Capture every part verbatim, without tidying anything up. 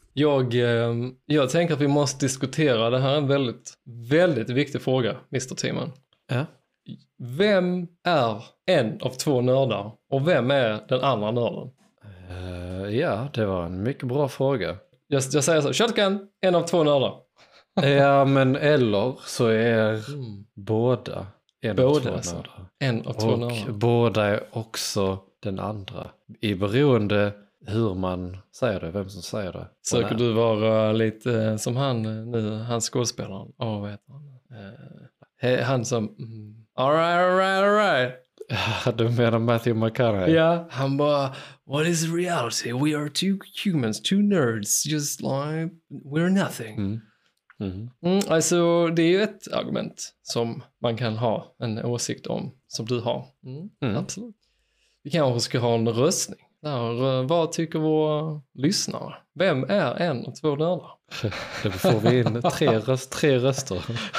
Jag, eh, jag tänker att vi måste diskutera, det här är en väldigt, väldigt viktig fråga, mister Timman. Ja. Vem är en av två nördar och vem är den andra nörden? Uh, ja, det var en mycket bra fråga. Jag, jag säger så, shotgun, en av två nördar. Ja, men eller så är mm. båda en båda, av två alltså. nördar. En av två och nördar. Båda är också den andra. I beroende hur man säger det, vem som säger det. Söker du vara lite som han nu, han skådespelaren. Åh, oh, vad heter han? Uh, han som... Mm, all right, all right, all right. Du menar Matthew McConaughey? Ja, han bara, what is reality? We are two humans, two nerds, just like we're nothing. Mm. Mm. Mm, alltså, det är ju ett argument som man kan ha en åsikt om, som du har. Mm, mm. Absolut. Vi kanske ska ha en röstning. Där, vad tycker våra lyssnare? Vem är en och två nördar? Då får vi in tre, röst, tre röster.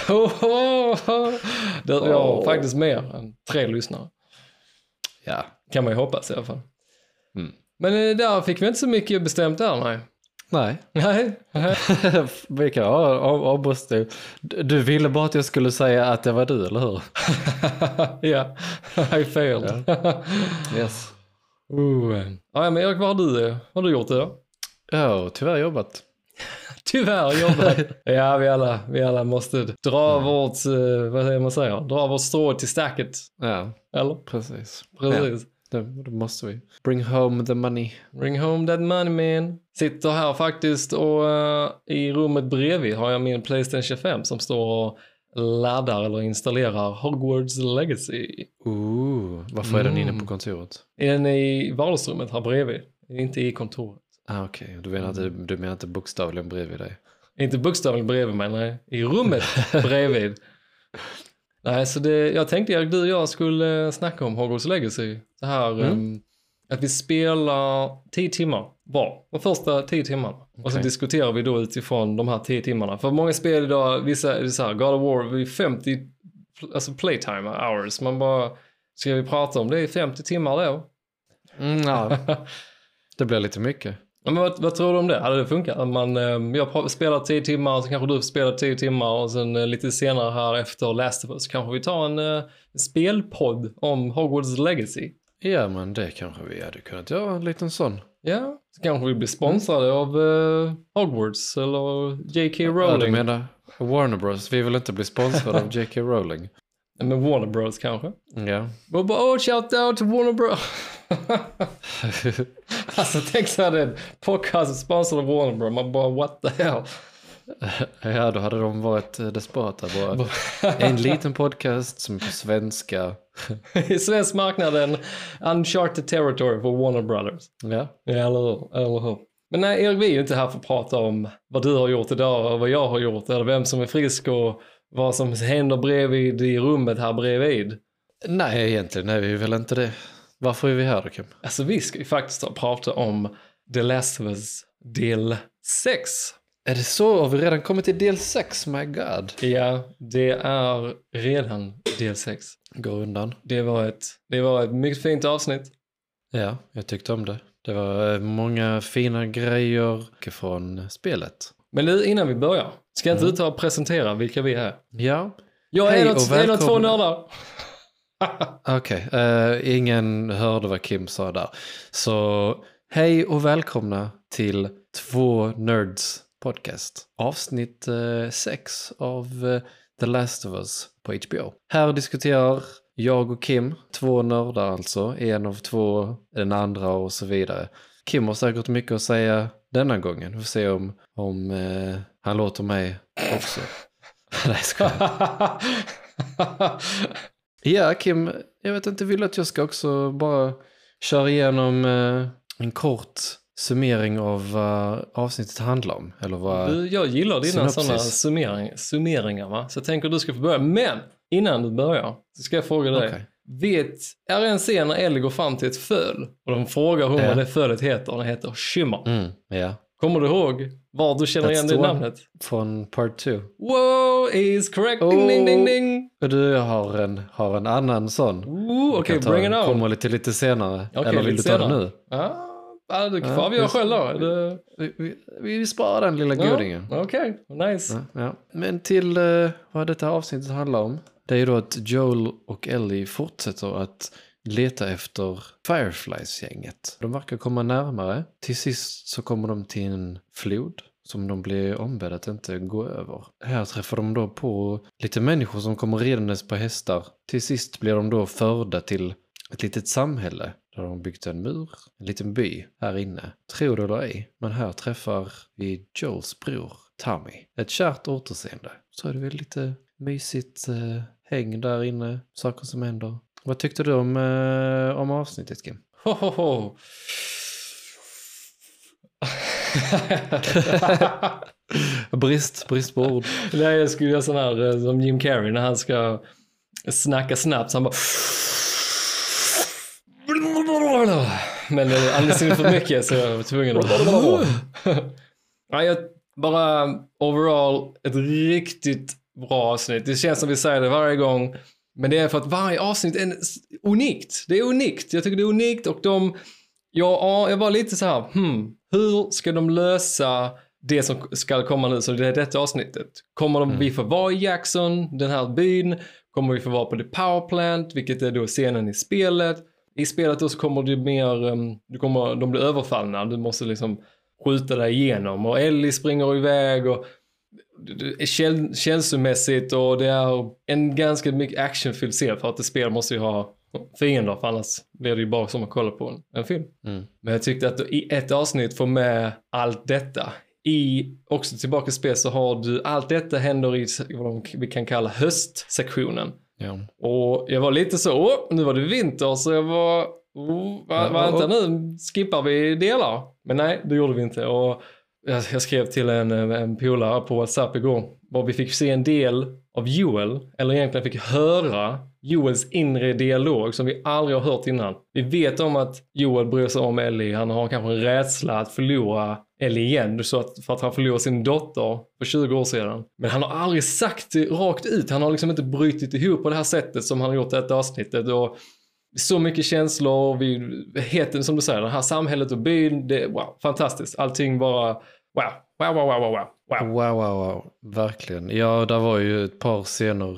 Det är oh. faktiskt mer än tre lyssnare. Ja. Kan man ju hoppas i alla fall. Mm. Men där fick vi inte så mycket bestämt där, nej. Nej. Nej. Vi kan avbryta. Du ville bara att jag skulle säga att det var du, eller hur? Ja, I failed. Ja. Yes. Uh. Ja, men Erik, vad har du, vad har du gjort idag? Ja, tyvärr jobbat. Tyvärr jobbat. Ja, vi alla, vi alla måste dra mm. vårt, vad säger man säger, dra vårt strå till stacket. Ja, eller? Precis. Precis. Ja, det, det måste vi. Bring home the money. Bring home that money, man. Sitter här faktiskt och uh, i rummet bredvid har jag min PlayStation fem som står och laddar eller installerar Hogwarts Legacy. Ooh, varför är den mm. inne på kontoret? Den är i vardagsrummet här bredvid, inte i kontoret. Ah, okej. Okay. Du menar inte, du menar inte bokstavligen bredvid dig? Inte bokstavligen bredvid mig, nej. I rummet bredvid. Nej, så det, jag tänkte att du och jag skulle snacka om Hogwarts Legacy. Det här mm. um, att vi spelar tio timmar var. De första tio timmarna. Okay. Och så diskuterar vi då utifrån de här tio timmarna. För många spel idag, vissa är det så här, God of War, vi är femtio alltså playtime hours. Man bara, ska vi prata om det i femtio timmar då? Mm, ja. Det blir lite mycket. Ja, men vad, vad tror du om det? Hade det funkat? Man, um, jag spelar tio timmar, så kanske du spelar tio timmar och sen uh, lite senare här efter Last of Us kanske vi tar en, uh, en spelpodd om Hogwarts Legacy. Ja, men det kanske vi hade kunnat göra en liten sån. Ja, så kanske vi blir sponsrade mm. av uh, Hogwarts eller J K Rowling. Ja, du menar Warner Bros. Vi vill inte bli sponsrade av J K Rowling. Men Warner Bros kanske. Ja. Och bara, oh, shout out to Warner Bros. Alltså tänk så här, en podcast sponsrad av Warner Bros. Man bara, what the hell? Ja, då hade de varit desperata. Bara en liten podcast som är på svenska. I svensk marknaden, uncharted territory för Warner Brothers. Ja. Ja, eller hur? Eller hur? Men nej, Erik, vi är ju inte här för att prata om vad du har gjort idag och vad jag har gjort. Eller vem som är frisk och vad som händer bredvid i rummet här bredvid. Nej, egentligen är vi väl inte det. Varför är vi här då, Kim? Alltså vi ska ju faktiskt prata om The Last of Us del sex. Är det så? Har vi redan kommit till del sex? My God. Ja, det är redan del sex. Gå undan. Det var ett, det var ett mycket fint avsnitt. Ja, jag tyckte om det. Det var många fina grejer från spelet. Men nu innan vi börjar, ska inte mm. du ta och presentera vilka vi är? Ja. Jag är en, en av två nördar. Okej, okay. uh, ingen hörde vad Kim sa där. Så hej och välkomna till Två Nerds podcast. Avsnitt uh, sex av uh, The Last of Us på H B O. Här diskuterar jag och Kim, två nördar alltså. En av två, den andra och så vidare. Kim har säkert mycket att säga denna gången. Vi får se om, om uh, han låter mig också. Nej, ska Ja, Kim, jag vet inte, vill att jag ska också bara köra igenom eh, en kort summering av vad uh, avsnittet handlar om. Eller vad du, jag gillar dina sådana summering, summeringar, va? Så jag tänker att du ska få börja. Men innan du börjar så ska jag fråga dig. Okay. Vet, är det en scen när Ellie går fram till ett föl och de frågar hur ja. det fölet heter och det heter Shimmer. Mm, ja. Kommer du ihåg var du känner That's igen det namnet? Från part two. Wow, is correct. Ding, oh. ding, ding, ding. Du har en, har en annan sån. Okej, okay, bring it on. Kommer lite, lite senare. Okay, Eller vill du ta senare. det nu? Ah, Ja, du får avgöra själv då. Det... Vi, vi, vi sparar den lilla godingen. Ja, okej, okay. Nice. Ja, ja. Men till uh, vad detta avsnittet handlar om. Det är ju då att Joel och Ellie fortsätter att leta efter Fireflies-gänget. De verkar komma närmare. Till sist så kommer de till en flod som de blir ombedda att inte gå över. Här träffar de då på lite människor som kommer redandes på hästar. Till sist blir de då förda till ett litet samhälle där de byggt en mur, en liten by här inne. Tror det eller ej, men här träffar vi Joels bror Tommy. Ett kärt återseende. Så är det väl lite mysigt eh, häng där inne, saker som händer. Vad tyckte du om, eh, om avsnittet, Kim? Ho, ho, ho. brist, brist på ord. Nej, jag skulle göra sån här som Jim Carrey när han ska snacka snabbt så han bara men alldeles in för mycket så jag var tvungen att ja, jag bara overall ett riktigt bra avsnitt. Det känns som vi säger det varje gång, men det är för att varje avsnitt är unikt. Det är unikt. Jag tycker det är unikt och de ja, jag var lite så här hmm, hur ska de lösa det som ska komma nu, så det är detta avsnittet. Kommer de, mm. vi få vara i Jackson, den här byn? Kommer vi få vara på The Power Plant, vilket är då scenen i spelet? I spelet då så kommer det mer, um, du kommer, de blir överfallna, du måste liksom skjuta dig igenom och Ellie springer iväg och det är käll, känslomässigt och det är en ganska mycket actionfylld scen för att det spel måste ju ha fiender, för annars blir det ju bara som att kolla på en, en film. Mm. Men jag tyckte att i ett avsnitt får med allt detta. I också tillbaka i spel så har du allt detta händer i vad vi kan kalla höstsektionen. Ja. Och jag var lite så, åh, nu var det vinter så jag var, oh, va, vänta nu, skippar vi delar? Men nej, det gjorde vi inte. Och jag, jag skrev till en, en polare på WhatsApp igår, var vi fick se en del av Joel, eller egentligen fick höra Joels inre dialog som vi aldrig har hört innan. Vi vet om att Joel bryr sig om Ellie. Han har kanske en rädsla att förlora Ellie igen, så att, för att han förlorade sin dotter för tjugo år sedan. Men han har aldrig sagt det rakt ut. Han har liksom inte brytit ihop på det här sättet som han har gjort i ett avsnittet. Och så mycket känslor. Vi heter, som du säger, det här samhället och byn. Det, wow, fantastiskt. Allting bara wow. Wow, wow, wow, wow, wow. Wow, wow, wow. Verkligen. Ja, där var ju ett par scener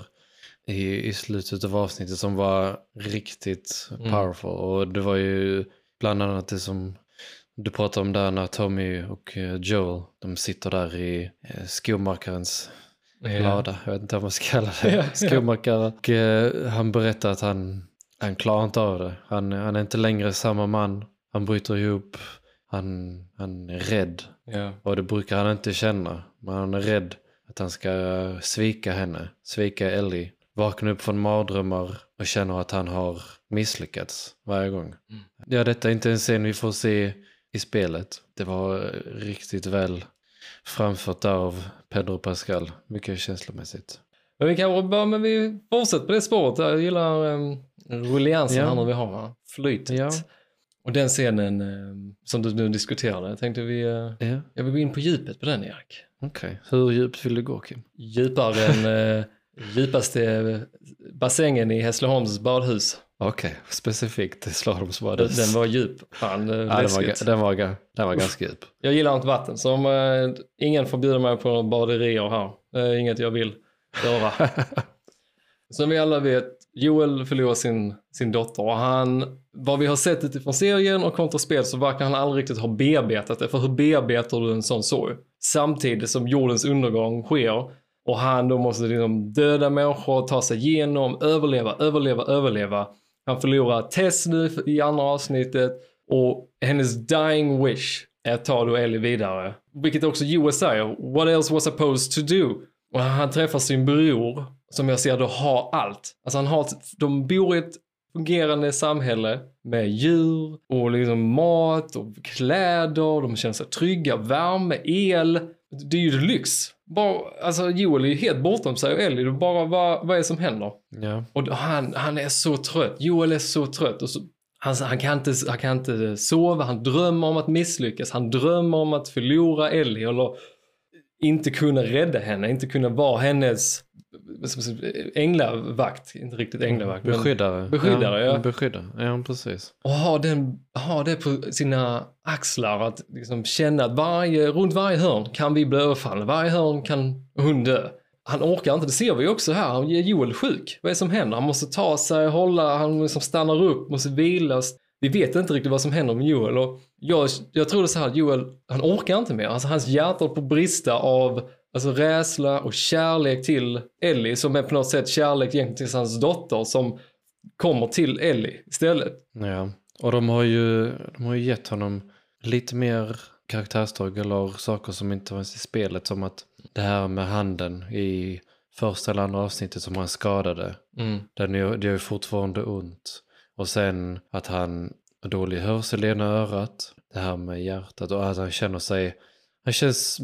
i, i slutet av avsnittet som var riktigt mm. powerful. Och det var ju bland annat det som du pratade om där när Tommy och Joel, de sitter där i skomakarens yeah. lada. Jag vet inte vad man ska kalla det. Yeah, skomakare. Yeah. Och uh, han berättar att han, han klarar inte av det. Han, han är inte längre samma man. Han bryter ihop. Han, han är rädd. Yeah. Och det brukar han inte känna. Men han är rädd att han ska svika henne. Svika Ellie. Vakna upp från mardrömmar och känner att han har misslyckats varje gång. Mm. Ja, detta är inte en scen vi får se i spelet. Det var riktigt väl framfört av Pedro Pascal. Mycket känslomässigt. Men vi kan bara, men vi fortsätter på det spåret. Jag gillar um, rulliansen ja. här när vi har flytet. Ja. Och den scenen um, som du nu diskuterade, jag tänkte vi, uh, ja. jag vill gå in på djupet på den, Erik. Okej, okay. Hur djupt vill du gå, Kim? Djupare än uh, djupaste bassängen i Hässleholms badhus. Okej, okay. Specifikt Hässleholms badhus. Den var djup. Fan, ja, den, var, den, var, den var ganska djup. Jag gillar inte vatten, så om uh, ingen förbjuder mig på baderier här. Det är inget jag vill göra. Som vi alla vet, Joel förlorar sin, sin dotter och han, vad vi har sett utifrån serien och kontraspel, så verkar han aldrig riktigt ha bearbetat det. För hur bearbetar du en sån sorg? Samtidigt som jordens undergång sker och han då måste liksom döda människor, ta sig igenom, överleva, överleva, överleva. Han förlorar Tess nu i andra avsnittet och hennes dying wish är att ta då Ellie vidare. Vilket också Joel säger, what else was supposed to do? Och han träffar sin bror som jag ser då har allt. Alltså han har, de bor i ett fungerande samhälle med djur och liksom mat och kläder. De känner sig trygga, värme, el. Det är ju lyx. Bara, alltså Joel är ju helt bortom sig och Ellie, bara vad, vad är det som händer? Ja. Och han, han är så trött. Joel är så trött. Och så, han, han, kan inte, han kan inte sova. Han drömmer om att misslyckas. Han drömmer om att förlora Ellie eller inte kunna rädda henne. Inte kunna vara hennes änglavakt, inte riktigt änglavakt. Beskyddare. Men beskyddare, ja. ja. Beskyddare, ja precis. Och ha, den, ha det på sina axlar, att liksom känna att varje, runt varje hörn kan vi bli överfallna, varje hörn kan hon dö. Han orkar inte, det ser vi också här, han är Joel sjuk. Vad är det som händer? Han måste ta sig, hålla, han liksom stannar upp, måste vilas. Vi vet inte riktigt vad som händer med Joel. Och jag, jag tror det så här, Joel, han orkar inte mer. Alltså, hans hjärta på brista av alltså, rädsla och kärlek till Ellie, som är på något sätt kärlek egentligen till hans dotter som kommer till Ellie istället. Ja, och de har ju, de har ju gett honom lite mer karaktärsdrag eller saker som inte var i spelet, som att det här med handen i första eller andra avsnittet som han skadade, Mm. den är, det är ju fortfarande ont. Och sen att han har dålig hörsel i ena örat, det här med hjärtat, och att han känner sig, han känns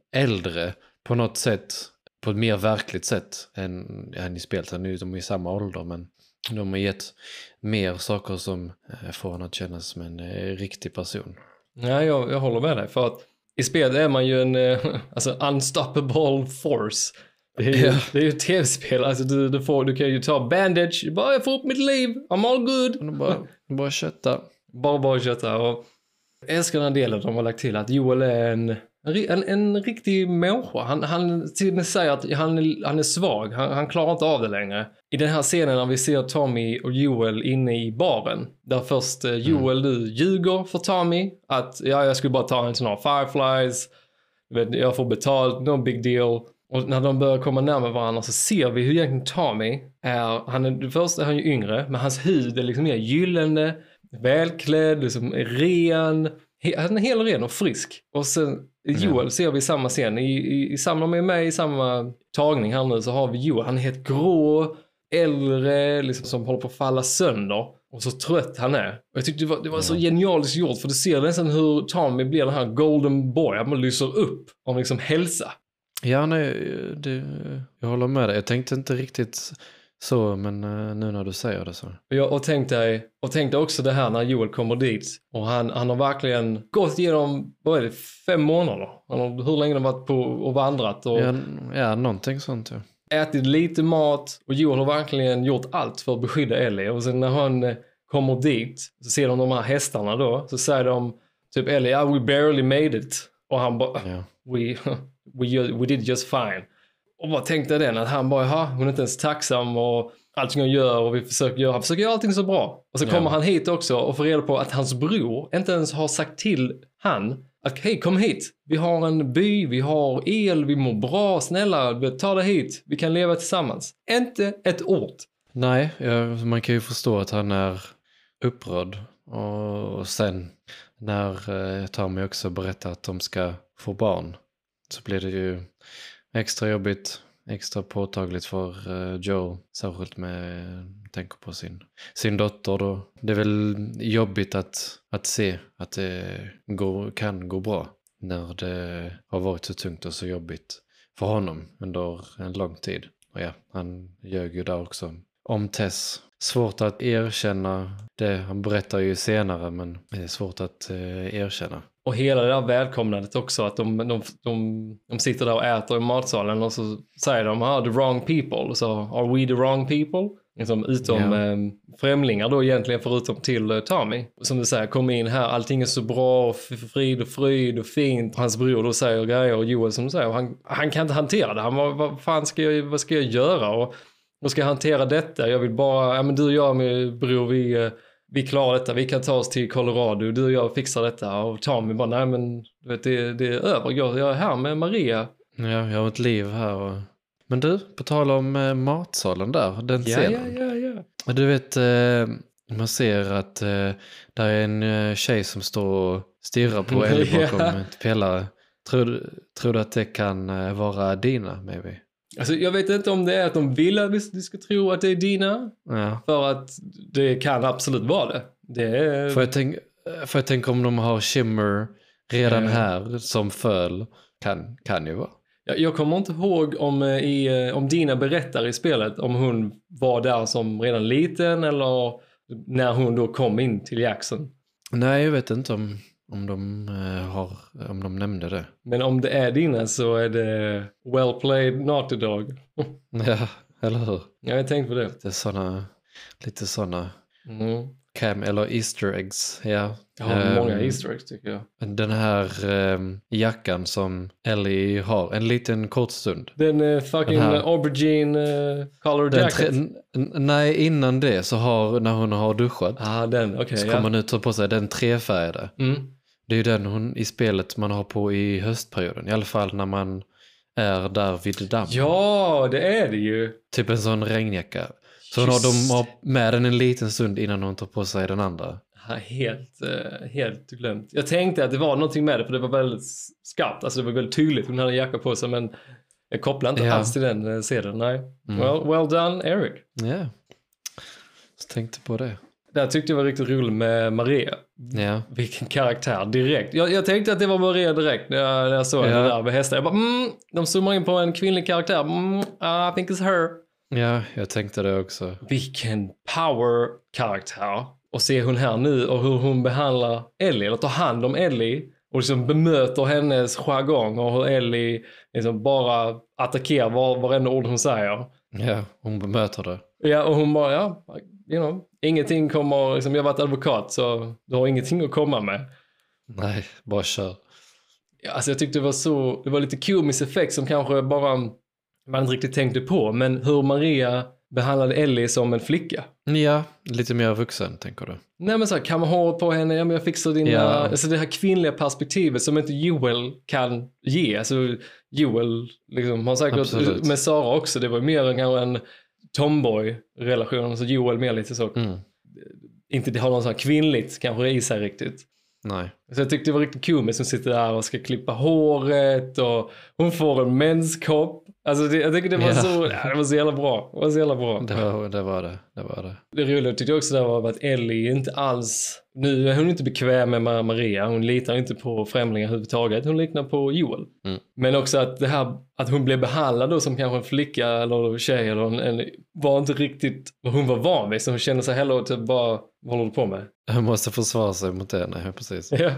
äldre på något sätt, på ett mer verkligt sätt än, än i spelet. Han är ju, de är i samma ålder, men de har gett mer saker som får han att kännas som en eh, riktig person. Ja, jag, jag håller med dig, för att i spelet är man ju en eh, alltså unstoppable force. Det är ju, Ja. det är ju ett tv-spel, alltså du, du, får, du kan ju ta bandage, bara jag får upp mitt liv, I'm all good. Och bara, bara kötta. Bara bara kötta. Och jag älskar den här delen de har lagt till, att Joel är en, en, en riktig människa. Han, han till och med säger att han, är- han är svag, han, han klarar inte av det längre. I den här scenen när vi ser Tommy och Joel inne i baren, där först eh, Joel nu ljuger för Tommy att ja, jag skulle bara ta en sån här Fireflies, du vet, jag får betalt, no big deal. Och när de börjar komma närmare varandra så ser vi hur egentligen Tommy är, han är, först är han ju yngre, men hans hud är liksom mer gyllene, välklädd, liksom ren, he, han är helt ren och frisk. Och sen Joel Ja. ser vi i samma scen, i, i, i samma med mig, i samma tagning här nu så har vi Joel, han är helt grå, äldre, liksom som håller på att falla sönder. Och så trött han är. Och jag tyckte det var, det var så genialiskt gjort, för du ser nästan hur Tommy blir den här golden boy, att man lyser upp om liksom hälsa. Ja, nej, det, jag håller med dig. Jag tänkte inte riktigt så, men uh, nu när du säger det så. Och jag och tänkte, och tänkte också det här när Joel kommer dit. Och han, han har verkligen gått igenom, vad är det, fem månader? Han har, hur länge de har varit på och vandrat. Och Ja, ja någonting sånt, ja. ätit lite mat. Och Joel har verkligen gjort allt för att beskydda Ellie. Och sen när han eh, kommer dit så ser de de här hästarna då. Så säger de typ Ellie, yeah, we barely made it. Och han bara, Ja. we, we, ju- we did just fine. Och vad tänkte den att han bara, ja, hon är inte ens tacksam och allting han gör och vi försöker göra, han försöker göra allting så bra. Och så Ja. kommer han hit också och får reda på att hans bror inte ens har sagt till han att hej, kom hit. Vi har en by, vi har el, vi mår bra, snälla, ta det hit. Vi kan leva tillsammans. Inte ett ord. Nej, ja, man kan ju förstå att han är upprörd. Och sen när eh, Tommy också berättar att de ska få barn så blir det ju extra jobbigt, extra påtagligt för eh, Joel. Särskilt med tänker på sin, sin dotter då. Det är väl jobbigt att, att se att det går, kan gå bra när det har varit så tungt och så jobbigt för honom under en lång tid. Och ja, han ljög ju där också om Tess. Svårt att erkänna det. Han berättar ju senare, men det är svårt att eh, erkänna. Och hela det där välkomnandet också, att de, de, de, de sitter där och äter i matsalen och så säger de, ah, the wrong people. Och så, are we the wrong people? Liksom, utom Ja. eh, främlingar då egentligen, förutom till eh, Tommy. Som du säger, kom in här, allting är så bra och f- frid och fryd och fint. Hans bror då säger grejer och Joel som du säger, och han, han kan inte hantera det. Han bara, vad fan ska jag, vad ska jag göra? Och då ska jag hantera detta. Jag vill bara, ja men du och jag med bror, vi, eh, vi klarar detta. Vi kan ta oss till Colorado. Du och jag fixar detta. Och Tommy bara, nej men du vet, det, det är över. Jag, jag är här med Maria. Ja, jag har ett liv här. Och... Men du, på tal om eh, matsalen där, den Ja, scenen. ja, ja, ja. Du vet, eh, man ser att eh, där är en eh, tjej som står och stirrar på Ellie bakom Ja. ett pelare. Tror, du- tror du att det kan eh, vara Dina, maybe? Alltså jag vet inte om det är att de vill att vi vi ska tro att det är Dina. Ja. För att det kan absolut vara det. Det är... För jag, tänk, för jag tänker om de har Shimmer redan Ja. här som föl, kan, kan ju vara. Jag, jag kommer inte ihåg om, eh, i, eh, om Dina berättar i spelet om hon var där som redan liten eller när hon då kom in till Jackson. Nej, jag vet inte om, Om de, eh, har, om de nämnde det. Men om det är dina så är det well played Naughty Dog. Ja, eller hur? Jag har tänkt på det. Lite såna, lite såna Mm. cam eller Easter eggs, ja. Jag har Ehm, många Easter eggs tycker jag. Den här ehm, jackan som Ellie har, en liten kort stund. Den uh, fucking Den här- aubergine uh, color Den jacket. tre, n- n- nej, innan det så har, när hon har duschat, Ah, den, okej. så ja. kommer hon ut och ta på sig den trefärgade. Mm. Det är ju den hon i spelet man har på i höstperioden. I alla fall när man är där vid damm. Ja, det är det ju. Typ en sån regnjacka. Så hon har, de har med den en liten stund innan hon tar på sig den andra. Ja, helt, uh, helt glömt. Jag tänkte att det var någonting med det för det var väldigt skarpt. Alltså det var väldigt tydligt. Hon hade en jacka på sig men jag kopplar inte Ja. alls till den uh, sedan. Nej. Mm. Well, well done, Eric. Ja, så tänkte på det. Det här tyckte jag var riktigt roligt med Maria. Ja, Vilken karaktär direkt. Jag, jag tänkte att det var Maria direkt när jag, när jag såg Ja. Mm. det där med hästar. Jag bara, mm, de zoomar in på en kvinnlig karaktär. Mm, I think it's her. ja, jag tänkte det också. Vilken power-karaktär. Och se hon här nu och hur hon behandlar Ellie. Eller tar hand om Ellie. Och liksom bemöter hennes jargong. Och hur Ellie liksom bara attackerar var, varenda ord hon säger. Ja, hon bemöter det. Ja, och hon bara, ja, you know, ingenting kommer, liksom, jag har varit advokat så du har ingenting att komma med. Nej, bara kör. Ja, alltså jag tyckte det var så, det var lite komisk effekt som kanske bara man inte riktigt tänkte på. Men hur Maria behandlade Ellie som en flicka. Ja, lite mer vuxen tänker du. Nej men så här, kan man ha på henne, ja men jag fixar dina, Ja. alltså det här kvinnliga perspektivet som inte Joel kan ge. Alltså Joel liksom har säkert, Absolut. med Sara också, det var mer än kanske en tomboy-relation. Så Joel mer lite så, Mm. inte det har någon sån här kvinnligt kanske i sig riktigt. Nej. Så jag tyckte det var riktigt komiskt som sitter där och ska klippa håret och hon får en menskopp. Alltså det, jag tycker det var, Ja. så, ja, det var så jävla bra. Det var så jävla bra. Det var det. Var det. det, var det. Det roliga tyckte jag också där var att Ellie inte alls, nu är hon inte bekväm med Maria, hon litar inte på främlingar överhuvudtaget, hon liknar på Joel. Mm. Men också att det här, att hon blev behandlad då som kanske en flicka eller tjej eller en, en, var inte riktigt vad hon var van vid, så hon kände sig heller typ bara, vad håller du på med? Hon måste försvara sig mot det, nej precis. Ja.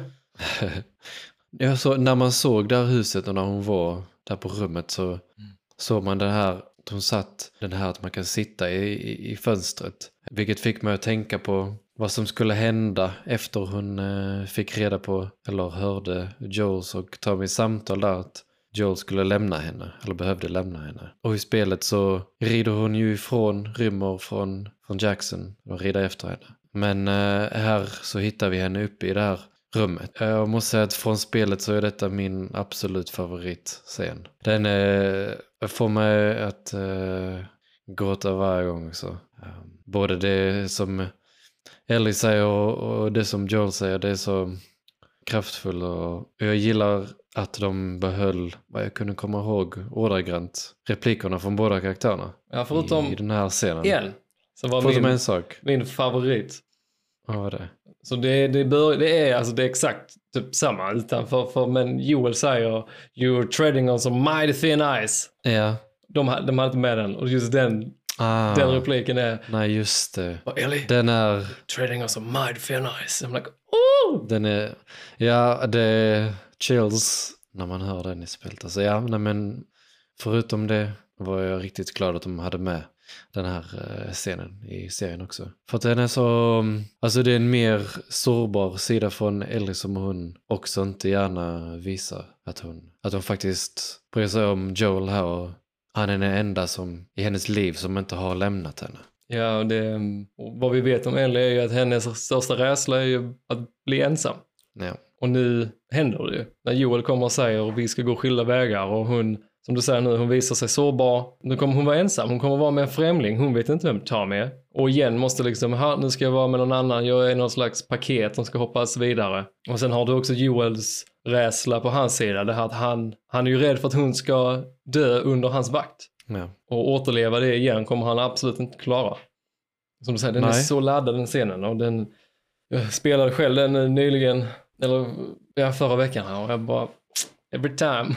Ja, så när man såg det här huset och när hon var där på rummet så mm. såg man det här, hon satt den här att man kan sitta i, i, i fönstret. Vilket fick mig att tänka på vad som skulle hända efter hon eh, fick reda på, eller hörde Joels och Tommys samtal där att Joel skulle lämna henne, eller behövde lämna henne. Och i spelet så rider hon ju ifrån, rymmer från, från Jackson och rider efter henne. Men eh, här så hittar vi henne uppe i det här rummet. Jag måste säga att från spelet så är detta min absolut favoritscen. Den är, får mig att uh, gråta varje gång också. Um, både det som Ellie säger och, och det som Joel säger, det är så kraftfullt. Och jag gillar att de behöll, vad jag kunde komma ihåg ordagrant, replikerna från båda karaktärerna. Ja, förutom i, i den här scenen. en. Som var Förutom min, en sak. min favorit. Vad var det? Så det, det, bör, det är alltså det är exakt typ samma utanför, för, men Joel säger you're treading on some mighty thin ice. Ja. De, ha- de hade inte med den och just den, Ah, den repliken är nej, just det. oh, Ellie, Den är... treading on some mighty thin ice. I'm like, oh! Den är, ja, det är chills när man hör den i spelet. Alltså, ja, nej, men förutom det var jag riktigt glad att de hade med den här eh, scenen i serien också. För att den är så, alltså det är en mer sårbar sida från Ellie som hon också inte gärna visar. Att hon, att hon faktiskt bryr sig om Joel här och han är den enda som i hennes liv som inte har lämnat henne. Ja, och det, och vad vi vet om Ellie är ju att hennes största rädsla är ju att bli ensam. Ja. Och nu händer det ju. När Joel kommer och säger att vi ska gå skilda vägar och hon, som du säger nu, hon visar sig sårbar. Nu kommer hon vara ensam. Hon kommer vara med en främling. Hon vet inte vem tar med. Och igen måste liksom, här, nu ska jag vara med någon annan. Jag är någon slags paket som ska hoppas vidare. Och sen har du också Joels rädsla på hans sida. Det här att han, han är ju rädd för att hon ska dö under hans vakt. Ja. Och återleva det igen kommer han absolut inte klara. Som du säger, den Nej. är så laddad den scenen. Och den, jag spelade själv den nyligen, eller ja, förra veckan här. Och jag bara, every time.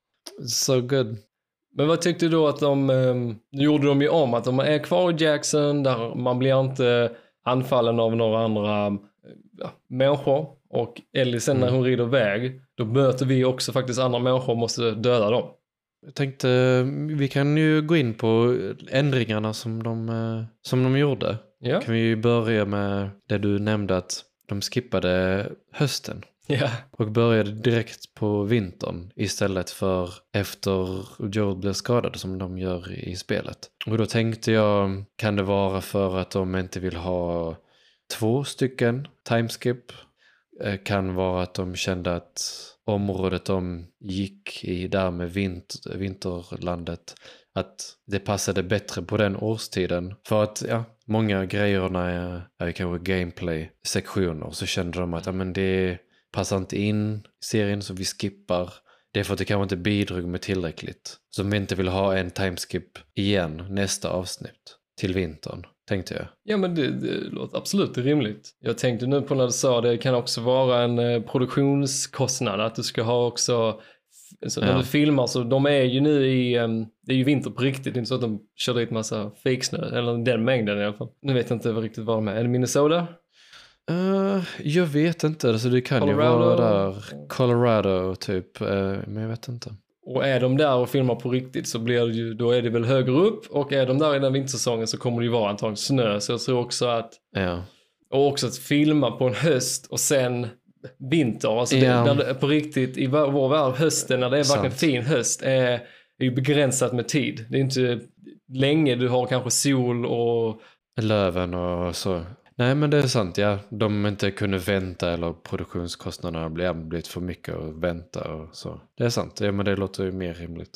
So good. Men vad tyckte du då att de, um, gjorde de ju om att de är kvar i Jackson där man blir inte anfallen av några andra ja, människor Och Ellie sen när hon rider iväg, då möter vi också faktiskt andra människor och måste döda dem. Jag tänkte, vi kan ju gå in på ändringarna som de, eh, som de gjorde. Ja. Kan vi ju börja med det du nämnde att de skippade hösten. Ja. Och började direkt på vintern istället för efter Joel blev skadad som de gör i spelet. Och då tänkte jag, kan det vara för att de inte vill ha två stycken timeskip? Kan vara att de kände att området de gick i där med vinter, vinterlandet, att det passade bättre på den årstiden. För att ja, många grejerna är, är kanske gameplay-sektioner, så kände de att ja, men det passar inte in i serien så vi skippar. Det är för att det kanske inte bidrog med tillräckligt. Så vi inte vill ha en timeskip igen nästa avsnitt till vintern, tänkte jag. Ja, men det, det låter absolut rimligt. Jag tänkte nu på när du sa det kan också vara en eh, produktionskostnad. Att du ska ha också, så när Ja. du filmar så de är ju nu i, um, det är ju vinter på riktigt. Det är inte så att de kör dit massa fejksnö, eller den mängden i alla fall. Nu vet jag inte riktigt vad de är. Är det Minnesota? Uh, jag vet inte, alltså det kan Colorado. ju vara där. Colorado typ, uh, men jag vet inte. Och är de där och filmar på riktigt så blir det ju, då är det väl högre upp. Och är de där i den vintersäsongen så kommer det ju vara antagligen snö. Så jag tror också att, Ja. och också att filma på en höst och sen vinter. Alltså Ja. det, när det är på riktigt i vår, vår värld, hösten när det är verkligen Sant. fin höst är, är ju begränsat med tid. Det är inte länge du har kanske sol och... Löven och så. Nej, men det är sant, ja. De inte kunde vänta eller produktionskostnaderna blev blivit för mycket att vänta och så. Det är sant, ja, men det låter ju mer rimligt.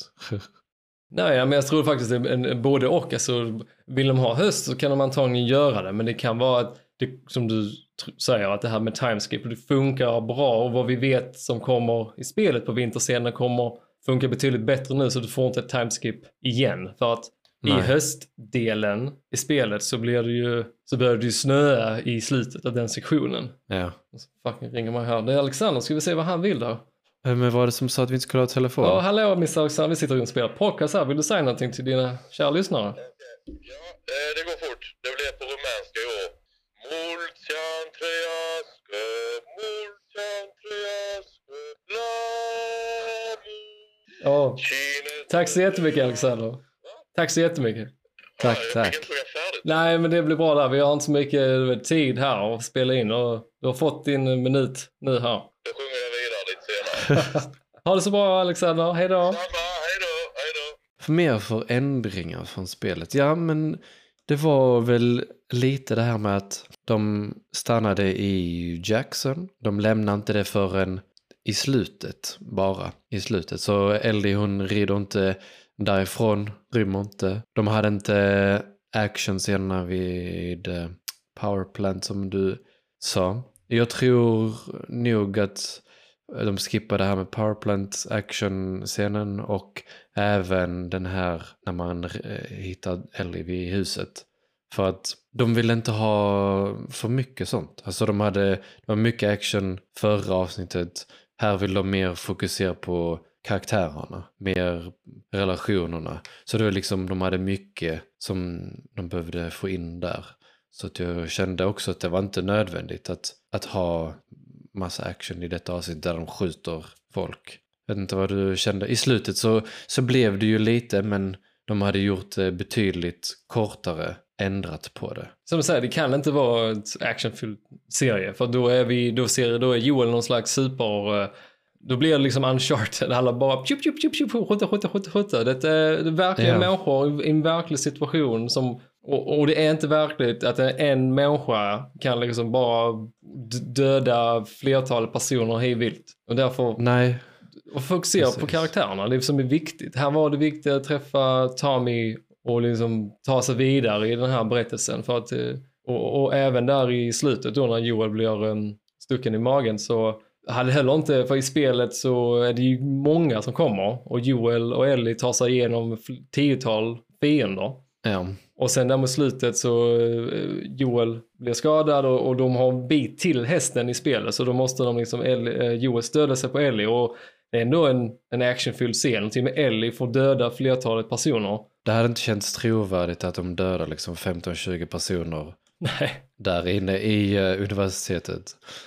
Nej, men jag tror faktiskt det är en, en, både och. Alltså, vill de ha höst så kan de antagligen göra det. Men det kan vara att, det, som du tr- säger, att det här med timeskip, det funkar bra. Och vad vi vet som kommer i spelet på vinterscenen kommer funka betydligt bättre nu. Så du får inte ett timeskip igen. För att Nej. i höstdelen i spelet så blir det ju, så börjar det ju snöa i slutet av den sektionen. Ja. Och så fucking ringer man här. Det är Alexander, ska vi se vad han vill då? Men vad var det som sa att vi inte skulle ha telefon? Ja, hallå mister Alexander, vi sitter och spelar podcast här. Vill du säga någonting till dina kära lyssnare? Ja, eh, det går fort. Det blir på rumänska i år. Multian treaske, multian treaske, lamu. Ja, Kine- tack så jättemycket Alexander. Tack så jättemycket. Tack, Ja, tack. Jag fick inte sjunga färdigt. Nej, men det blir bra där. Vi har inte så mycket tid här att spela in och du har fått din minut nu här. Då sjunger jag vidare lite senare. Ha det så bra Alexander, hej då. Samma, hej då, hej då. För mer förändringar från spelet. Ja, men det var väl lite det här med att de stannade i Jackson. De lämnade inte det förrän i slutet bara. I slutet. Så Ellie hon rider inte därifrån, rymmer inte. De hade inte actionscenerna vid eh, powerplant som du sa. Jag tror nog att de skippade det här med powerplant action-scenen och även den här när man eh, hittar Ellie vid huset. För att de ville inte ha för mycket sånt. Alltså de hade det var mycket action förra avsnittet. Här vill de mer fokusera på karaktärerna, mer relationerna. Så det var liksom, de hade mycket som de behövde få in där. Så att jag kände också att det var inte nödvändigt att, att ha massa action i detta avsnitt där de skjuter folk. Jag vet inte vad du kände. I slutet så, så blev det ju lite, men de hade gjort det betydligt kortare, ändrat på det. Som du säger, det kan inte vara ett actionfylld serie. För då är vi, då ser då är Joel någon slags super... eh, Då blir det liksom Uncharted. Alla bara tjup, tjup, tjup, tjup, skjuta, skjuta, skjuta, skjuta. Det är, det är verkligen Ja. människor i en verklig situation som... Och, och det är inte verkligt att en människa kan liksom bara d- döda flertal personer hej vilt. Och därför... Nej, Och fokusera Precis. på karaktärerna, det som är viktigt. Här var det viktigt att träffa Tommy och liksom ta sig vidare i den här berättelsen. För att, eh, och, och även där i slutet då när Joel blir um, stucken i magen så hade heller inte, för i spelet så är det ju många som kommer och Joel och Ellie tar sig igenom fl- tiotal fiender. ja. Och sen där mot slutet så eh, Joel blir skadad och, och de har en bit till hästen i spelet så då måste de liksom Ellie, eh, Joel stödja sig på Ellie och det är ändå en, en actionfylld scen. Till och med Ellie får döda flertalet personer. Det hade inte känts trovärdigt att de dödar liksom femton tjugo personer Nej. där inne i uh, universitetet.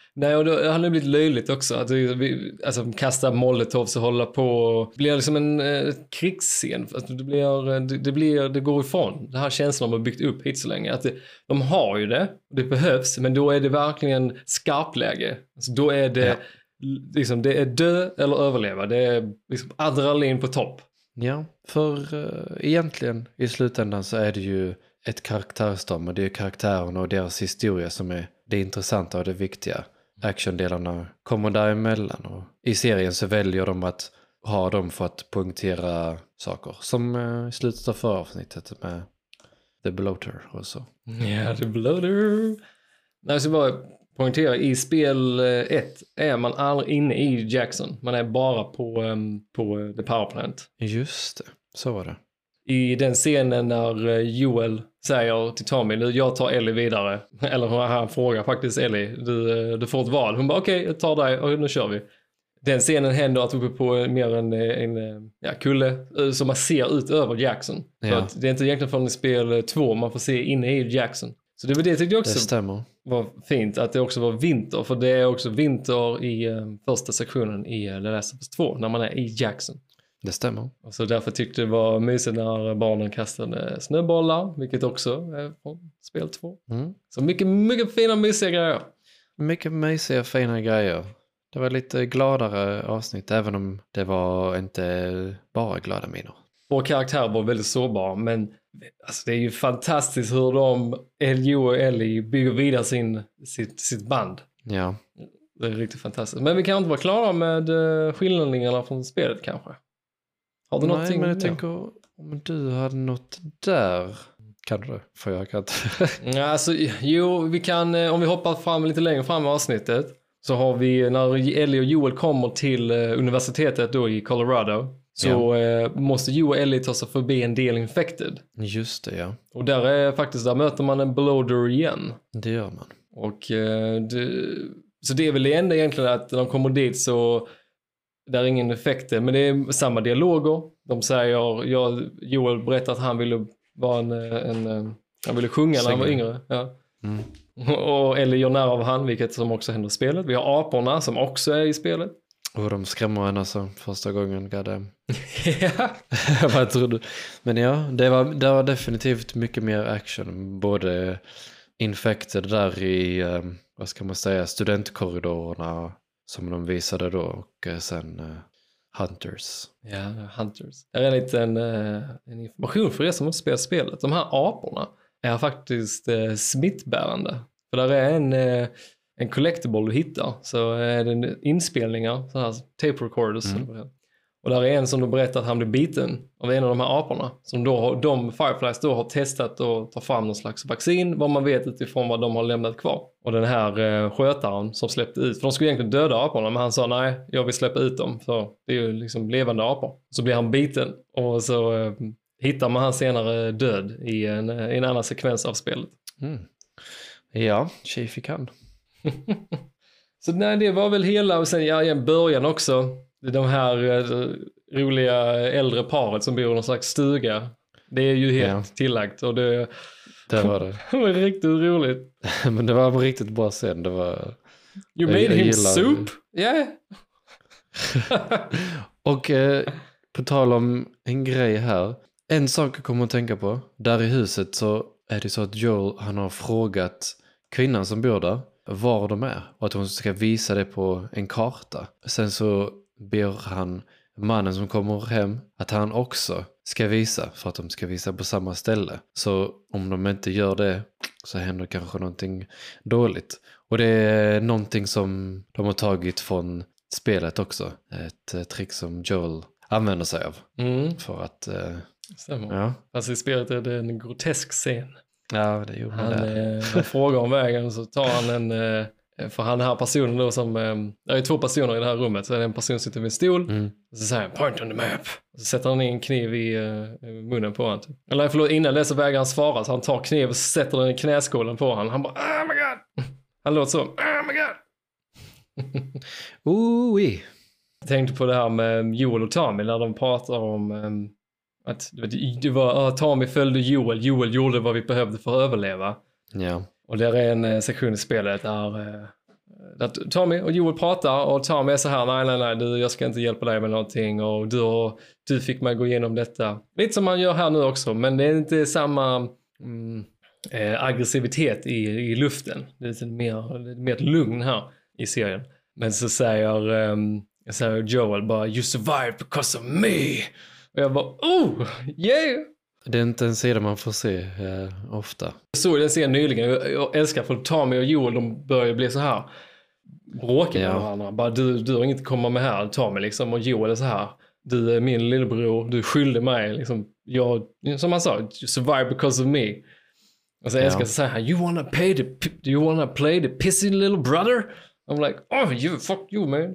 Nej, och då har det blivit löjligt också. Att vi, alltså kasta molotovs och hålla på. Och, det blir liksom en eh, krigsscen. Alltså, det, blir, det, det, blir, det går ifrån. Det här känslan de har byggt upp hit så länge. Att det, de har ju det. Det behövs. Men då är det verkligen skarpläge. Alltså, då är det, ja. liksom, det är dö eller överleva. Det är liksom adrenalin på topp. Ja, för uh, egentligen i slutändan så är det ju ett karaktärstam. Och det är karaktärerna och deras historia som är det intressanta och det viktiga. Actiondelarna kommer däremellan och i serien så väljer de att ha dem för att punktera saker som eh, i slutet av förra avsnittet med The Bloater och så. Ja, The Bloater. Nej, så bara poängtera, i spel ett är man aldrig inne i Jackson. Man är bara på, um, på The Power Plant. Just det, så var det. I den scenen när Joel säger till Tommy, nu jag tar Ellie vidare. Eller han frågar faktiskt Ellie, du, du får ett val. Hon bara okej, okay, jag tar dig och nu kör vi. Den scenen händer att uppe på mer en, en ja, kulle som man ser ut över Jackson. Ja. Så att det är inte egentligen från spel två man får se inne i Jackson. Så det var det jag tyckte också det stämmer. Var fint, att det också var vinter. För det är också vinter i um, första sektionen i uh, The Last of Us två när man är i Jackson. Det stämmer. Och så därför tyckte det var mysigt när barnen kastade snöbollar, vilket också är från spel två. Mm. Så mycket, mycket fina mysiga grejer. Mycket mysiga fina grejer. Det var lite gladare avsnitt, även om det var inte bara glada minor. Vår karaktär var väldigt sårbar, men alltså, det är ju fantastiskt hur de, Joel och Ellie, bygger vidare sin, sitt, sitt band. Ja. Det är riktigt fantastiskt. Men vi kan inte vara klara med uh, skillnaderna från spelet kanske. Har du Nej, någonting? Men jag tänker, om du hade något där, kan du? För jag kan inte. Ja, alltså, jo, vi kan, om vi hoppar fram lite längre fram i avsnittet, så har vi, när Ellie och Joel kommer till uh, universitetet då i Colorado, så ja. uh, måste Joel och Ellie ta sig förbi en del infected. Just det, ja. Och där är faktiskt, där möter man en bloater igen. Det gör man. Och uh, det, så det är väl det enda egentligen, att när de kommer dit så där är ingen effekter, men det är samma dialoger. De säger, jag, Joel berättar att han ville vara en, en, en han ville sjunga när han var yngre. Ja. Mm. Och Ellie gör nära av han, vilket som också händer i spelet. Vi har aporna som också är i spelet. Och de skrämmer henne alltså första gången. Ja. Vad tror du? Men ja, det var, det var definitivt mycket mer action. Både infected där i, vad ska man säga, studentkorridorerna som de visade då, och sen uh, Hunters. Ja, Hunters. Det är en liten uh, en information för er som inte spelar spelet. De här aporna är faktiskt uh, smittbärande. För där är en, uh, en collectible du hittar, så är det inspelningar, så här tape recorders. Mm. Och där är en som du berättar att han blev biten av en av de här aporna. Som då, de Fireflies då har testat att ta fram någon slags vaccin, vad man vet utifrån vad de har lämnat kvar. Och den här eh, skötaren som släppte ut, för de skulle egentligen döda aporna, men han sa nej, jag vill släppa ut dem, för det är ju liksom levande apor. Så blir han biten och så eh, hittar man han senare död i en, i en annan sekvens av spelet. Mm. Ja, tjej fick han. Så nej, det var väl hela, och sen ja, i början också. De här uh, roliga äldre paret som bor i någon slags stuga. Det är ju helt ja. tillagt. Och det, det var det. Det var riktigt roligt. Men det var en riktigt bra scen. Det var... You made jag, jag him soup? Ja. Yeah. Och eh, på tal om en grej här. En sak jag kommer att tänka på. Där i huset så är det så att Joel, han har frågat kvinnan som bor där var de är. Och att hon ska visa det på en karta. Sen så ber han mannen som kommer hem att han också ska visa, för att de ska visa på samma ställe. Så om de inte gör det så händer kanske någonting dåligt. Och det är någonting som de har tagit från spelet också. Ett trick som Joel använder sig av. Mm. För att... Eh, Stämmer. Ja. Alltså i spelet är det en grotesk scen. Ja, det gjorde han. Det. Eh, han frågar om vägen och så tar han en... Eh, för han den här personen då som... Eh, det är två personer i det här rummet. Så är det en person som sitter vid en stol. Mm. Och så säger han, point on the map. Och så sätter han in en kniv i eh, munnen på honom. Eller förlåt, innan det så vägrar han svara. Så han tar kniv och sätter den i knäskålen på honom. Han bara, oh my god. Han låter så, oh my god. Oi. Jag tänkte på det här med Joel och Tommy när de pratar om... Eh, att det var, uh, Tommy följde Joel. Joel gjorde vad vi behövde för att överleva. Ja. Och där är en uh, sektion i spelet där uh, att Tommy och Joel pratar och Tommy är så här, nej nej nej du, jag ska inte hjälpa dig med någonting och du, du fick mig gå igenom detta. Lite som man gör här nu också, men det är inte samma mm, eh, aggressivitet i, i luften. Det är lite mer, lite mer lugn här i serien. Men så säger, um, säger Joel bara, you survived because of me. Och jag bara, oh, yeah! Det är inte en sida man får se eh, ofta. Jag såg den serien nyligen. Jag, jag älskar för Tommy och Joel, de börjar bli så här bråkiga med Ja. varandra. Bara, du, du har inget att komma med här, Tommy liksom. Och Joel är så här, du är min lillebror, du skyllde mig liksom. Jag, som han sa, you survived because of me. Och så Ja. älskar jag så säga, you wanna pay the, do you wanna play the pissy little brother? I'm like, oh you, fuck you man.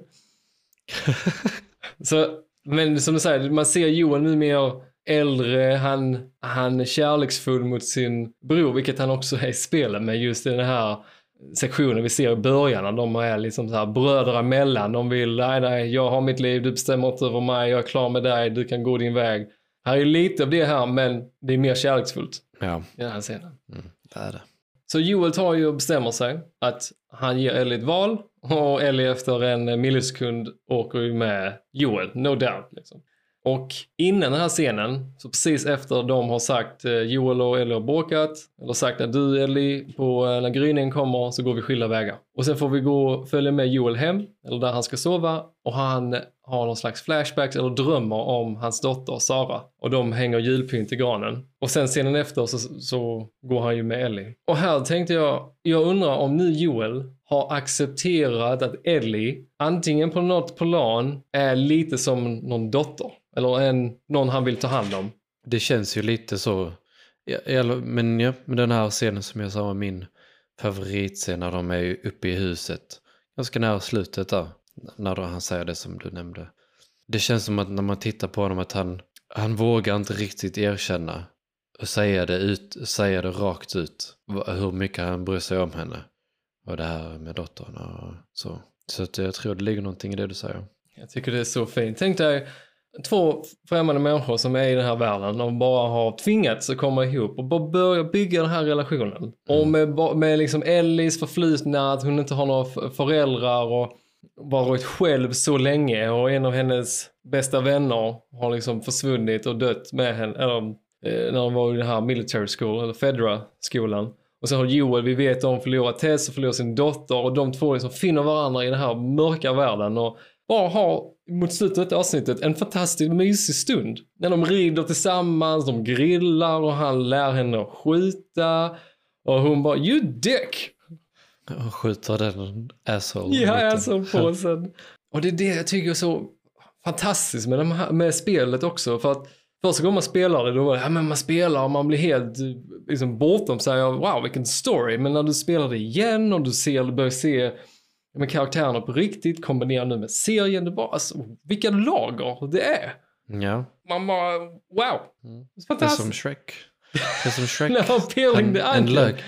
Så, men som du säger, man ser Joel nu mer äldre, han, han är kärleksfull mot sin bror, vilket han också är i spelet med just i den här sektionen vi ser i början, när de är liksom så här bröder emellan, de vill, nej nej, jag har mitt liv, du bestämmer inte över mig, jag är klar med dig, du kan gå din väg. Här är lite av det här, men det är mer kärleksfullt Ja, i den här scenen. mm, det är det. Så Joel tar ju och bestämmer sig att han ger Ellie ett val och Ellie efter en millisekund åker ju med Joel, no doubt liksom. Och innan den här scenen, så precis efter de har sagt, Joel och Ellie har bråkat, eller sagt att du Ellie, på, när gryningen kommer så går vi skilda vägar. Och sen får vi gå och följa med Joel hem, eller där han ska sova, och han har någon slags flashbacks eller drömmer om hans dotter Sara. Och de hänger julpynt i granen. Och sen scenen efter så, så går han ju med Ellie. Och här tänkte jag, jag undrar om nu Joel har accepterat att Ellie antingen på något plan är lite som någon dotter. Eller en, någon han vill ta hand om. Det känns ju lite så. Ja, eller, men ja, med den här scenen som jag sa var min favoritscen, när de är ju uppe i huset. Ganska nära slutet där. När då han säger det som du nämnde. Det känns som att när man tittar på honom att han, han vågar inte riktigt erkänna och säga det, ut, säga det rakt ut. Hur mycket han bryr sig om henne. Och det här med dottern och så. Så att jag tror det ligger någonting i det du säger. Jag tycker det är så fint. Tänk dig två främmande människor som är i den här världen och bara har tvingats att komma ihop och bara börja bygga den här relationen. Mm. Och med, med liksom Ellies förflutna, att hon inte har några föräldrar och varit själv så länge, och en av hennes bästa vänner har liksom försvunnit och dött med henne, eller eh, när hon var i den här military school eller Fedra skolan. Och sen har Joel, vi vet att hon förlorar Tess och förlorar sin dotter, och de två liksom finner varandra i den här mörka världen och bara har mot slutet av detta avsnittet en fantastiskt mysig stund. När de rider tillsammans, de grillar och han lär henne att skjuta. Och hon bara, you dick! Och skjuter den asshole. Ja, asshole-påsen. Och det är det jag tycker är så fantastiskt med, de här, med spelet också. För att första gången man spelar det, då var det, ja, men man spelar och man blir helt liksom, bortom sig. Wow, vilken story. Men när du spelar det igen och du ser, du börjar se med karaktärerna på riktigt, kombinerar nu med serien, det bara, alltså, vilka lager det är. Ja. Man bara, wow. Mm. Det är Det är som Shrek. Det är som Shrek. När han peeling the en, en onion. lök.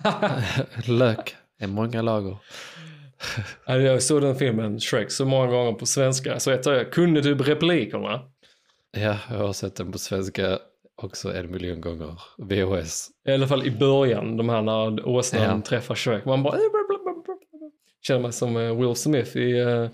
Lök är många lager. Jag såg den filmen Shrek så många gånger på svenska, så jag tror jag kunde typ replikerna. Ja, jag har sett den på svenska också en miljon gånger. V H S. I alla fall i början, de här när åsnan Ja. träffar Shrek. Man bara... Känner mig som Will Smith i uh,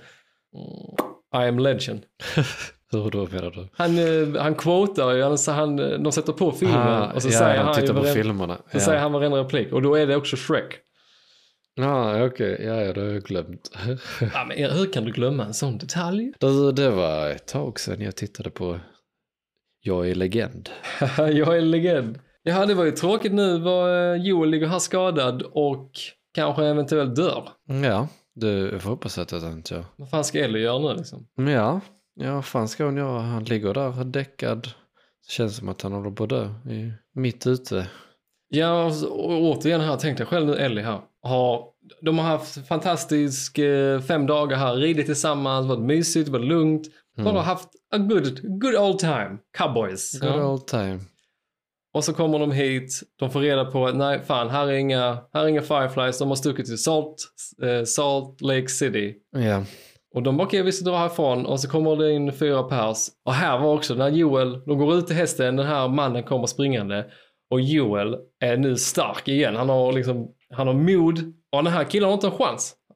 I Am Legend. Hur då menar du? Han, uh, han quotar ju, alltså han, de sätter på filmen Ah, och så ja, säger han han tittar ju på varenda, filmerna. så Ja. säger han varenda replik. Och då är det också Shrek. Ja, okej. Okay. Ja, ja, det har jag glömt. Ja, men hur kan du glömma en sån detalj? det, det var ett tag sedan jag tittade på Jag är legend. Jag är en legend. Ja, det var ju tråkigt nu vad Joel ligger här skadad och kanske eventuellt dör. Ja, det får hoppas att jag inte gör. Vad fan ska Ellie göra nu liksom? Men ja, ja, vad fan ska hon göra? Han ligger där däckad. Det känns som att han håller på att dö i, mitt ute. Ja, och, så- och återigen här, tänk dig själv nu Ellie här. Har, de har haft fantastisk eh, fem dagar här, ridit tillsammans, varit mysigt, varit lugnt. Mm. Bara haft a good, good old time. Cowboys. Good Ja. old time. Och så kommer de hit, de får reda på att nej fan, här är inga, här är inga Fireflies, de har stuckit till Salt, eh, Salt Lake City. Ja. Och de bara, okej, vi ska dra härifrån. Och så kommer det in fyra pers. Och här var också, när Joel, de går ut till hästen, den här mannen kommer springande. Och Joel är nu stark igen. Han har liksom, han har mod. Och den här killen har inte en chans.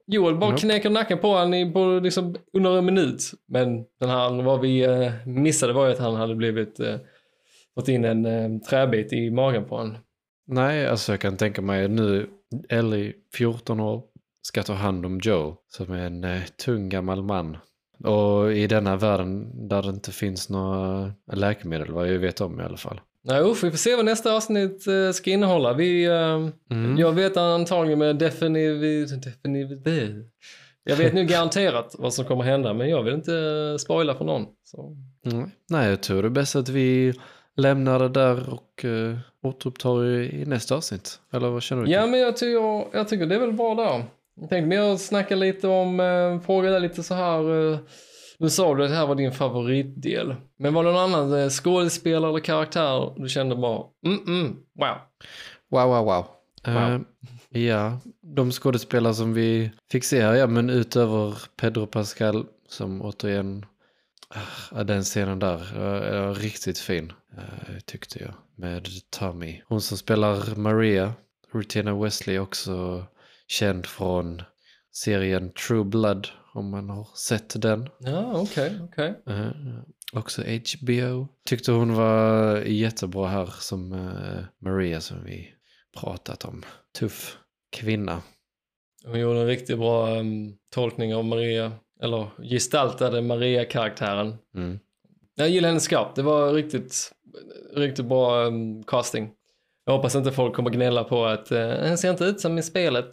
Joel bara Nope. knäcker nacken på han i, på, liksom, under en minut. Men den här, vad vi eh, missade var ju att han hade blivit eh, fått in en eh, träbit i magen på han. Nej, alltså jag kan tänka mig nu Ellie, fjorton år, ska ta hand om Joe som är en eh, tung gammal man. Och i denna världen där det inte finns några läkemedel, vad jag vet om i alla fall. Nej, usch, vi får se vad nästa avsnitt eh, ska innehålla. Vi, eh, Mm. Jag vet antagligen med definitivt... Definitiv, jag vet nu garanterat vad som kommer hända, men jag vill inte spoila för någon. Så. Mm. Nej, jag tror det är bäst att vi lämnar det där och uh, återupptar i, i nästa avsnitt. Eller vad känner du? Ja, men jag tycker, jag tycker det är väl bra där. Jag tänkte mer snacka lite om, eh, fråga lite så här... Eh, nu sa du att det här var din favoritdel. Men var det någon annan eh, skådespelare eller karaktär du kände bara, mm, mm, wow. Wow, wow, wow. Wow. Uh, ja, de skådespelare som vi fick se här, ja, men utöver Pedro Pascal som återigen, uh, den scenen där uh, är riktigt fin, uh, tyckte jag, med Tommy. Hon som spelar Maria, Rutina Wesley, också känd från serien True Blood, om man har sett den. Ja, okej, okay, okej. Okay. Uh, också H B O. Tyckte hon var jättebra här som uh, Maria som vi pratat om. Tuff kvinna. Hon gjorde en riktigt bra um, tolkning av Maria, eller gestaltade Maria-karaktären. Mm. Jag gillar henne skarpt. Det var riktigt, riktigt bra um, casting. Jag hoppas inte folk kommer gnälla på att uh, den ser inte ut som i spelet.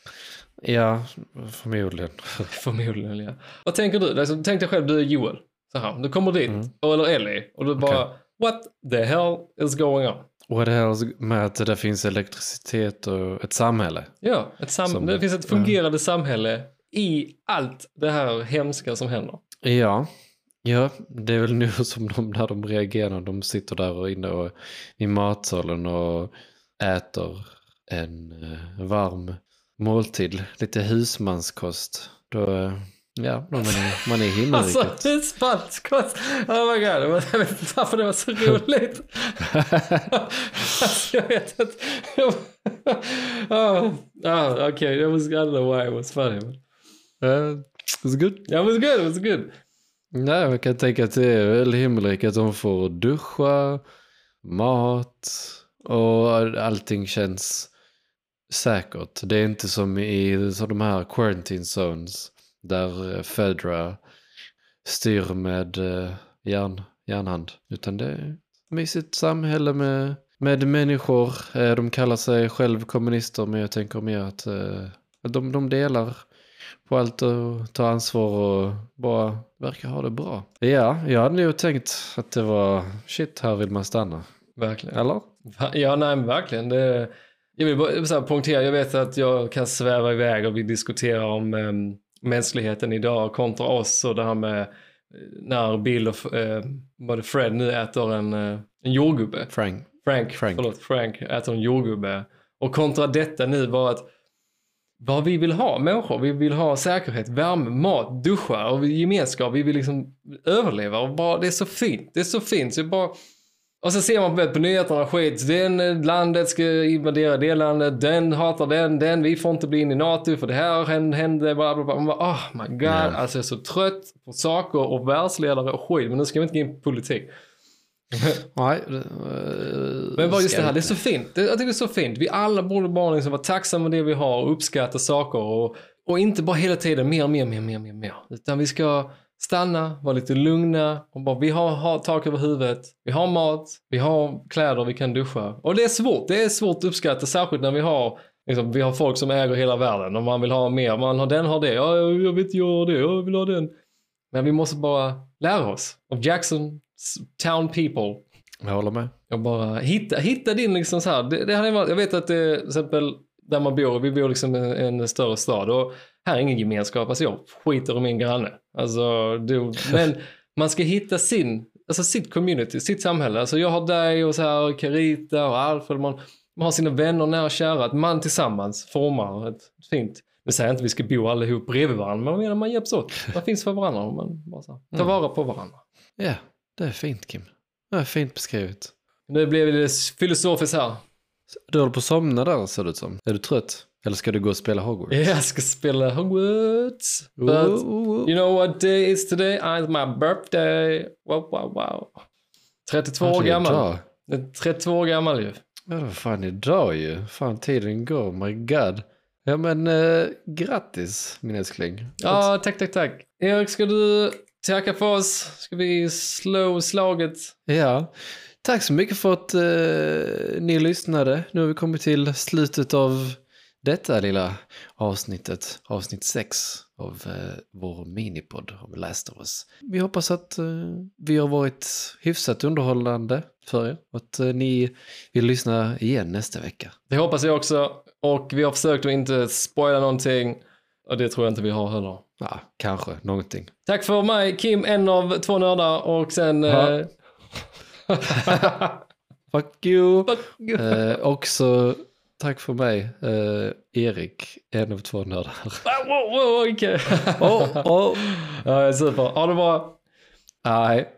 Ja, förmodligen. Förmodligen, ja. Vad tänker du? Alltså, tänk dig själv, du är Joel. Så här, du kommer dit, Mm. eller Ellie, och du bara, Okay. what the hell is going on? Och det här med att det finns elektricitet och ett samhälle. Ja, ett sam- Som- det finns ett fungerande samhälle i allt det här hemska som händer. Ja, ja, det är väl nu som de, när de reagerar. De sitter där och inne och, i matsalen och äter en uh, varm måltid. Lite husmanskost. Då, uh, ja, då man är, man är i himmelriket. Alltså, husmanskost. Oh my god, jag vet inte varför det var så roligt. Alltså, jag vet inte. oh, oh, okej, okay. It was, I don't know why it was funny. But... Uh, it's good. Yeah, it was good, it was good. Nej, man kan tänka att det är väl himmelriket. De får duscha, mat och allting känns säkert. Det är inte som i så de här quarantine zones där Fedra styr med uh, järn, järnhand. Utan det är ett mysigt samhälle med, med människor. Uh, de kallar sig själv kommunister, men jag tänker mer att uh, de, de delar på allt och tar ansvar och bara verkar ha det bra. Ja, jag hade nog tänkt att det var shit, här vill man stanna. Verkligen. Eller? Ja, nej, men verkligen. Det, jag vill bara så här, poängtera, jag vet att jag kan sväva iväg och vi diskuterar om um, mänskligheten idag kontra oss och det här med när Bill och uh, både Fred nu äter en, uh, en jordgubbe. Frank. Frank, Frank. förlåt, Frank äter en jordgubbe. Och kontra detta nu var att vad vi vill ha människor, vi vill ha säkerhet, värme, mat, duscha och gemenskap, vi vill liksom överleva och bara, det är så fint, det är så fint, så bara, och så ser man på, på nyheterna skit, den landet ska invadera det landet, den hatar den, den, vi får inte bli in i NATO för det här hände, bla bla bla, man bara, oh my god, yeah. Alltså jag är så trött på saker och världsledare och skit, men nu ska vi inte gå in på politik. Nej, men bara just det här, det är så fint. Jag tycker det är så fint. Vi alla borde bara liksom vara tacksamma för det vi har och uppskatta saker och, och inte bara hela tiden mer, mer, mer, mer, mer, mer. Utan vi ska stanna, vara lite lugna och bara, vi har, har tak över huvudet, vi har mat, vi har kläder, vi kan duscha. Och det är svårt, det är svårt att uppskatta, särskilt när vi har liksom, vi har folk som äger hela världen och man vill ha mer, man har den har det, ja, jag vet jag det, jag vill ha den. Men vi måste bara lära oss av Jackson Town people. Jag håller med. Jag bara hitta, hitta din liksom så här. Det, det hade varit, jag vet att det, till exempel där man bor, vi bor liksom i en, en större stad och här är ingen gemenskap. Alltså jag skiter om min granne. Alltså, det, men man ska hitta sin, alltså sitt community, sitt samhälle. Alltså jag har dig och så här Carita och Alfred. Man, man har sina vänner nära och kära. Att man tillsammans formar ett fint. Nu säger jag inte att vi ska bo allihop bredvid varandra, men jag menar man hjälps åt. Man finns för varandra och man bara så här, tar vara på varandra. Ja, det är fint, Kim. Det är fint beskrivet. Nu blev det filosofiskt här. Du håller på att somna där, ser det ut som. Är du trött? Eller ska du gå och spela Hogwarts? Jag ska spela Hogwarts. But you know what day is today? It's my birthday. Wow, wow, wow. trettiotvå år gammal. trettiotvå år gammal ju. Ja, vad fan idag ju. Fan, tiden går. My God. Ja, men eh, grattis, min älskling. Ja, tack, tack, tack. Erik, ska du tacka för oss? Ska vi slå slaget? Ja, tack så mycket för att eh, ni lyssnade. Nu har vi kommit till slutet av detta lilla avsnittet. Avsnitt sex av eh, vår minipodd om Last of Us. Vi hoppas att eh, vi har varit hyfsat underhållande för er. Och att eh, ni vill lyssna igen nästa vecka. Det hoppas jag också. Och vi har försökt att inte spoila någonting. Och det tror jag inte vi har heller. Ja, kanske någonting. Tack för mig, Kim, en av två nördar. Och sen... Eh... Fuck you. Fuck you. Eh, också tack för mig, eh, Erik, en av två nördar. Wow, wow, wow, okej. oh, oh. Ja, super. Ha det bra. Nej.